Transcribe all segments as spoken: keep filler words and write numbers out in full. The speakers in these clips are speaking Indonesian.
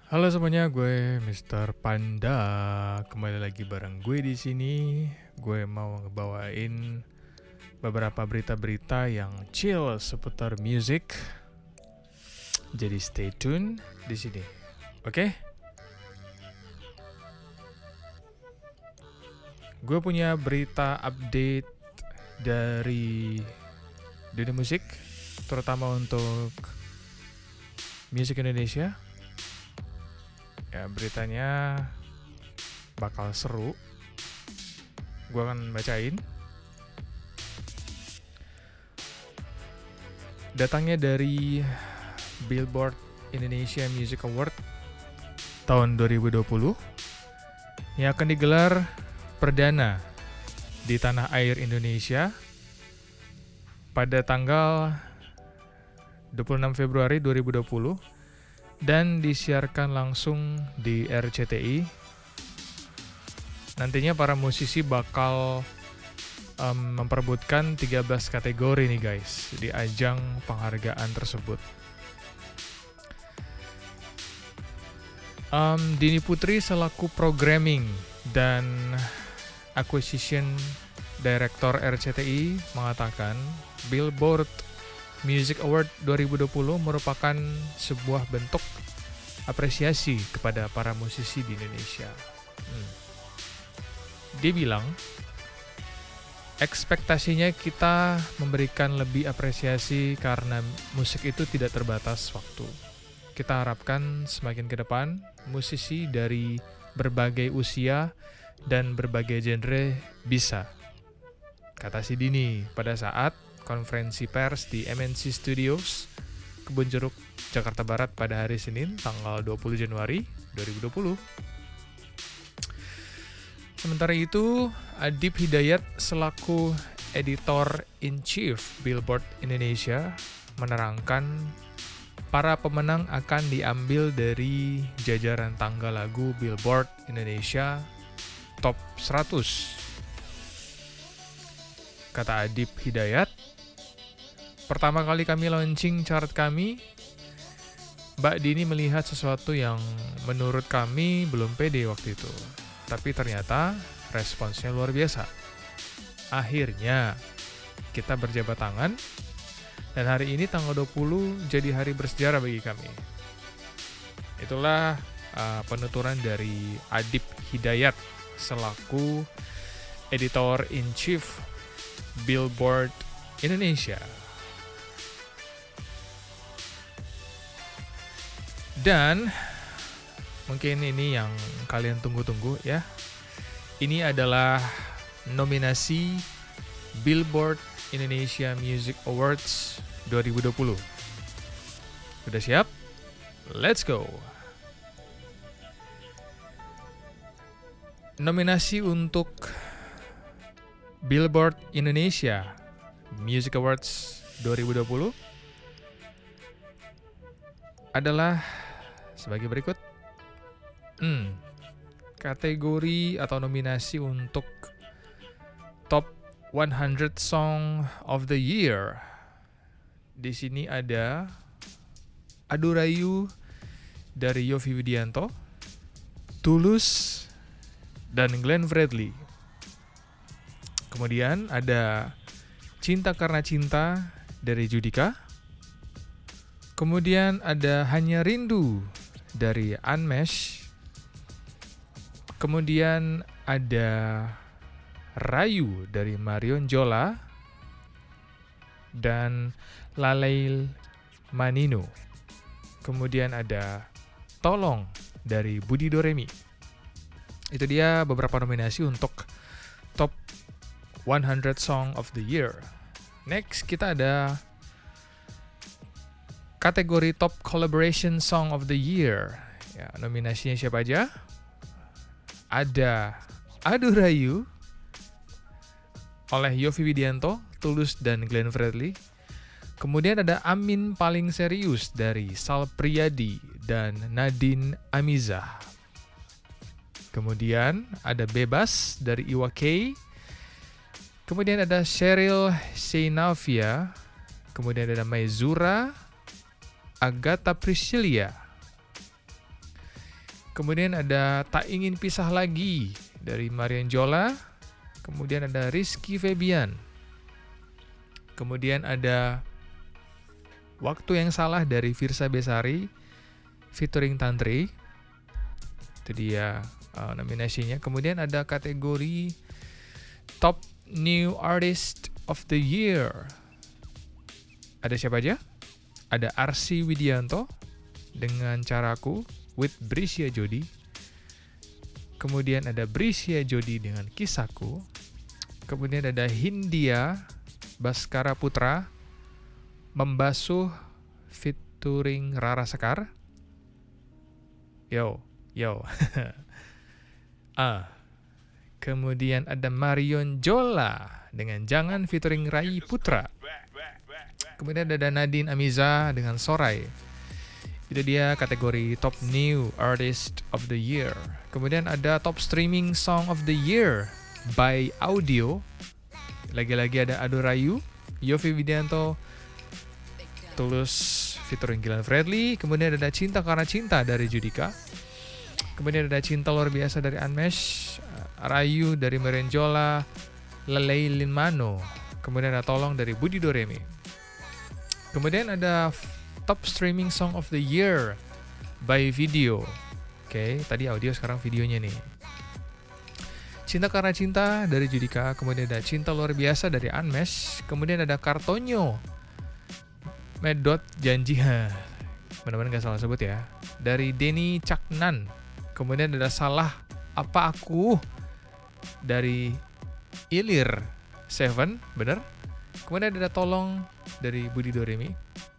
Halo semuanya, gue Mister Panda. Kembali lagi bareng gue di sini. Gue mau ngebawain beberapa berita-berita yang chill seputar music. Jadi stay tune di sini. Oke? Gue punya berita update dari dunia musik, terutama untuk musik Indonesia. Ya, beritanya bakal seru. Gue akan bacain. Datangnya dari Billboard Indonesia Music Award tahun dua ribu dua puluh yang akan digelar perdana di tanah air Indonesia pada tanggal dua puluh enam Februari dua ribu dua puluh dan disiarkan langsung di R C T I. Nantinya para musisi bakal um, memperebutkan tiga belas kategori nih guys di ajang penghargaan tersebut. Um, Dini Putri selaku Programming dan Acquisition Director R C T I mengatakan Billboard Music Award dua ribu dua puluh merupakan sebuah bentuk apresiasi kepada para musisi di Indonesia. Hmm. Dia bilang, ekspektasinya kita memberikan lebih apresiasi karena musik itu tidak terbatas waktu. Kita harapkan semakin ke depan, musisi dari berbagai usia dan berbagai genre bisa. Kata si Dini pada saat konferensi pers di M N C Studios, Kebun Jeruk, Jakarta Barat pada hari Senin, tanggal dua puluh Januari dua ribu dua puluh. Sementara itu, Adib Hidayat selaku Editor-in-Chief Billboard Indonesia menerangkan para pemenang akan diambil dari jajaran tangga lagu Billboard Indonesia Top seratus. Kata Adib Hidayat, pertama kali kami launching chart kami, Mbak Dini melihat sesuatu yang menurut kami belum pede waktu itu. Tapi ternyata responsnya luar biasa. Akhirnya kita berjabat tangan dan hari ini tanggal dua puluh jadi hari bersejarah bagi kami. Itulah uh, penuturan dari Adib Hidayat selaku Editor-in-Chief Billboard Indonesia. Dan mungkin ini yang kalian tunggu-tunggu ya. Ini adalah nominasi Billboard Indonesia Music Awards dua ribu dua puluh. Sudah siap? Let's go! Nominasi untuk Billboard Indonesia Music Awards dua ribu dua puluh adalah sebagai berikut. Hmm, kategori atau nominasi untuk Top seratus Song of the Year. Di sini ada Adu Rayu dari Yovie Widianto, Tulus, dan Glenn Fredly. Kemudian ada Cinta Karena Cinta dari Judika. Kemudian ada Hanya Rindu dari Unmesh. Kemudian ada Rayu dari Marion Jola dan Lalail Manino. Kemudian ada Tolong dari Budi Doremi. Itu dia beberapa nominasi untuk Top seratus Song of the Year. Next kita ada kategori Top Collaboration Song of the Year. Ya, nominasinya siapa aja? Ada Adu Rayu oleh Yovie Widianto, Tulus, dan Glenn Fredly. Kemudian ada Amin Paling Serius dari Sal Priadi dan Nadine Amizah. Kemudian ada Bebas dari Iwa K. Kemudian ada Cheryl Seinavia. Kemudian ada Maizura, Agatha Priscilia. Kemudian ada Tak Ingin Pisah Lagi dari Marion Jola. Kemudian ada Rizky Febian. Kemudian ada Waktu Yang Salah dari Firsa Besari featuring Tantri. Itu dia uh, nominasinya. Kemudian ada kategori Top New Artist of the Year. Ada siapa aja? Ada Arsy Widianto dengan Caraku with Brisya Jody. Kemudian ada Brisya Jody dengan Kisahku. Kemudian ada Hindia Baskara Putra Membasuh featuring Rara Sekar. Yo, yo. ah. Kemudian ada Marion Jola dengan Jangan featuring Rai Putra. Kemudian ada Nadine Amiza dengan Sorai. Itu dia kategori Top New Artist of the Year. Kemudian ada Top Streaming Song of the Year by Audio. Lagi-lagi ada Ado Rayu, Yovie Widianto, Tulus featuring Glenn Fredly. Kemudian ada Cinta Karena Cinta dari Judika. Kemudian ada Cinta Luar Biasa dari Unmesh, Rayu dari Merenjola, Lelei Linmano. Kemudian ada Tolong dari Budi Doremi. Kemudian ada Top Streaming Song of the Year by Video. Oke, okay, tadi audio, sekarang videonya nih. Cinta Karena Cinta dari Judika. Kemudian ada Cinta Luar Biasa dari Unmesh. Kemudian ada Kartonyo Medot Janji. Benar-benar gak salah sebut ya. Dari Denny Caknan. Kemudian ada Salah Apa Aku dari Ilir Seven, bener. Kemudian ada Tolong dari Budi Doremi.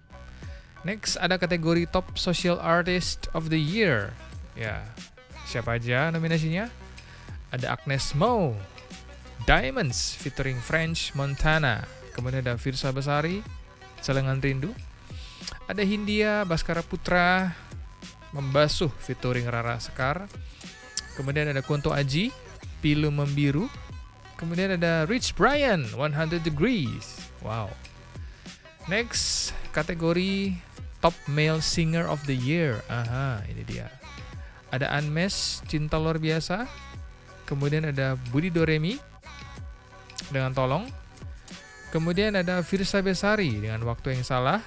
Next ada kategori Top Social Artist of the Year. Ya, siapa aja nominasinya? Ada Agnes Mo, Diamonds featuring French Montana. Kemudian ada Firsa Besari, Celengan Rindu. Ada Hindia Baskara Putra, Membasuh featuring Rara Sekar. Kemudian ada Kunto Aji, Pilu Membiru. Kemudian ada Rich Brian, one hundred Degrees. Wow. Next, kategori Top Male Singer of the Year. Aha, ini dia. Ada Unmesh, Cinta Luar Biasa. Kemudian ada Budi Doremi dengan Tolong. Kemudian ada Firsa Besari dengan Waktu Yang Salah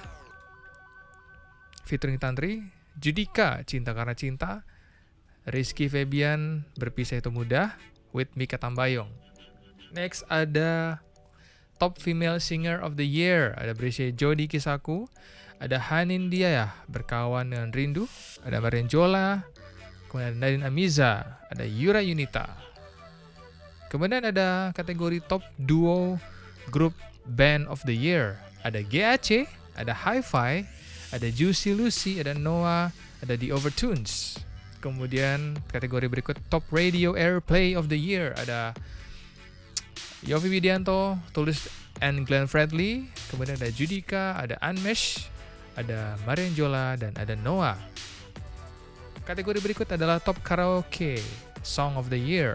featuring Tantri. Judika, Cinta Karena Cinta. Rizky Febian, Berpisah Itu Mudah with Mika Tambayong. Next ada Top Female Singer of the Year. Ada Brisya Jody, Kisahku. Ada Hanin Dia, Berkawan Dengan Rindu. Ada Marion Jola. Kemudian ada Nadine Amiza. Ada Yura Yunita. Kemudian ada kategori Top Duo Group Band of the Year. Ada G A C, ada Hi-Fi, ada Juicy Lucy, ada Noah, ada The Overtones. Kemudian kategori berikut Top Radio Airplay of the Year. Ada Yovie Widianto, Tulus and Glenn Fredly. Kemudian ada Judika, ada Unmesh, ada Marion Jola, dan ada Noah. Kategori berikut adalah Top Karaoke Song of the Year.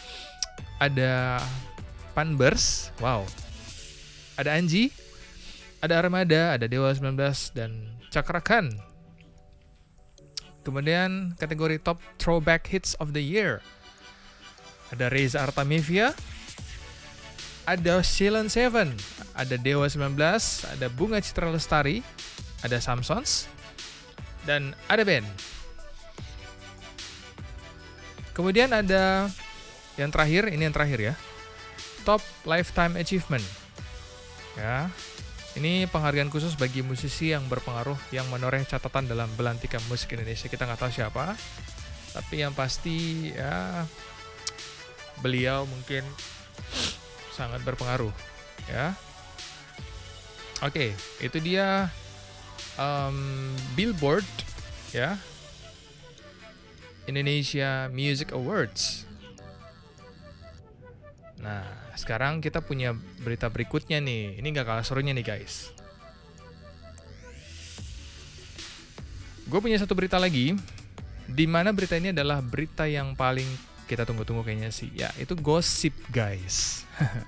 Ada Panbers, wow. Ada Anji, ada Armada, ada Dewa sembilan belas, dan Cakrakan. Kemudian kategori Top Throwback Hits of the Year. Ada Reza Artamevia, ada Ceylon Seven, ada Dewa sembilan belas, ada Bunga Citra Lestari, ada Samsons, dan ada band. Kemudian ada yang terakhir, ini yang terakhir ya. Top Lifetime Achievement. Ya. Ini penghargaan khusus bagi musisi yang berpengaruh, yang menoreh catatan dalam belantikan musik Indonesia. Kita nggak tahu siapa, tapi yang pasti ya beliau mungkin sangat berpengaruh. Ya, oke, itu dia um, Billboard ya Indonesia Music Awards. Nah, sekarang kita punya berita berikutnya nih. Ini gak kalah serunya nih guys. Gue punya satu berita lagi, di mana berita ini adalah berita yang paling kita tunggu-tunggu kayaknya sih. Ya, itu gosip guys.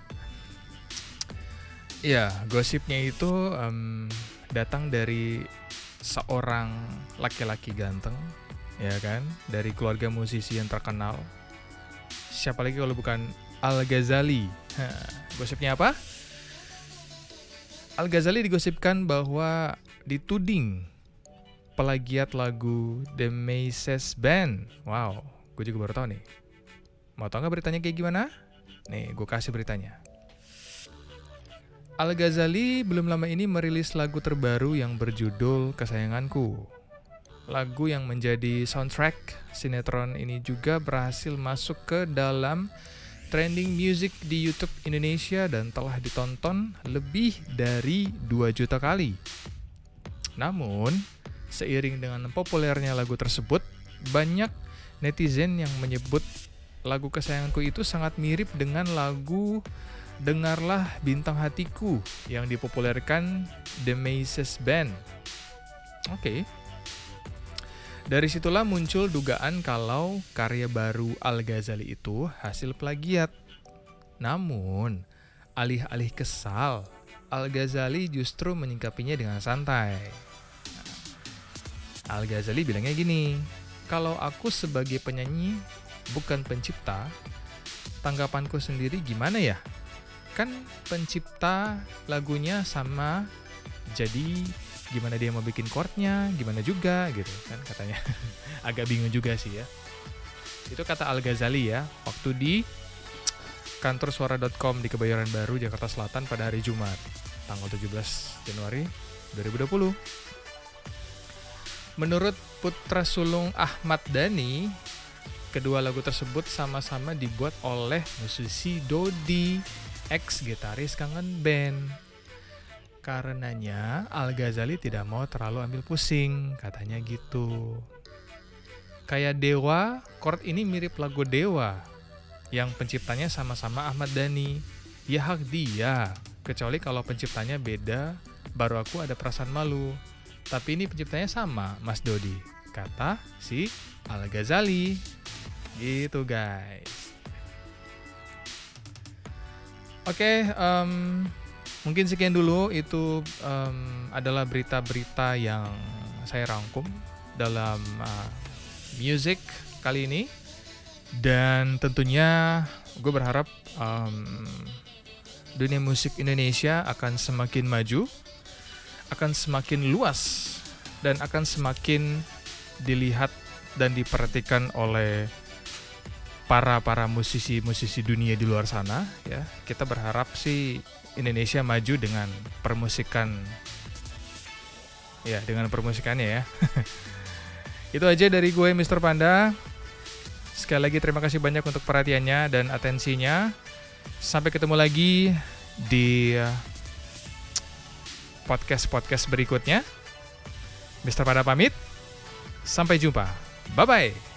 Ya, gosipnya itu um, datang dari seorang laki-laki ganteng ya kan, dari keluarga musisi yang terkenal. Siapa lagi kalau bukan Al-Ghazali. Hah, gosipnya apa? Al-Ghazali digosipkan bahwa dituding plagiat lagu The Mises Band. Wow, gue juga baru tahu nih. Mau tau gak beritanya kayak gimana? Nih, gue kasih beritanya. Al-Ghazali belum lama ini merilis lagu terbaru yang berjudul Kesayanganku. Lagu yang menjadi soundtrack sinetron ini juga berhasil masuk ke dalam trending music di YouTube Indonesia dan telah ditonton lebih dari dua juta kali. Namun, seiring dengan populernya lagu tersebut, banyak netizen yang menyebut lagu Kesayanganku itu sangat mirip dengan lagu Dengarlah Bintang Hatiku yang dipopulerkan The Mises Band. Oke. Okay. Dari situlah muncul dugaan kalau karya baru Al-Ghazali itu hasil plagiat. Namun, alih-alih kesal, Al-Ghazali justru menyingkapinya dengan santai. Al-Ghazali bilangnya gini, kalau aku sebagai penyanyi bukan pencipta, tanggapanku sendiri gimana ya? Kan pencipta lagunya sama, jadi gimana dia mau bikin chordnya, gimana juga gitu kan katanya. Agak bingung juga sih ya. Itu kata Al-Ghazali ya, waktu di kantor suara dot com di Kebayoran Baru, Jakarta Selatan pada hari Jumat, tanggal tujuh belas Januari dua ribu dua puluh. Menurut putra sulung Ahmad Dhani, kedua lagu tersebut sama-sama dibuat oleh musisi Dodi, ex-gitaris Kangen Band. Karenanya Al-Ghazali tidak mau terlalu ambil pusing, katanya gitu. Kayak Dewa, chord ini mirip lagu Dewa, yang penciptanya sama-sama Ahmad Dhani. Ya hak dia, kecuali kalau penciptanya beda, baru aku ada perasaan malu. Tapi ini penciptanya sama, Mas Dodi, kata si Al-Ghazali. Gitu guys. Oke, um, mungkin sekian dulu. Itu um, adalah berita-berita yang saya rangkum dalam uh, music kali ini. Dan tentunya gue berharap um, dunia musik Indonesia akan semakin maju, akan semakin luas, dan akan semakin dilihat dan diperhatikan oleh para-para musisi-musisi dunia di luar sana ya. Kita berharap sih Indonesia maju dengan permusikan ya, dengan permusikannya ya. Itu aja dari gue mister Panda. Sekali lagi terima kasih banyak untuk perhatiannya dan atensinya. Sampai ketemu lagi di podcast-podcast berikutnya. mister Panda pamit. Sampai jumpa. Bye-bye.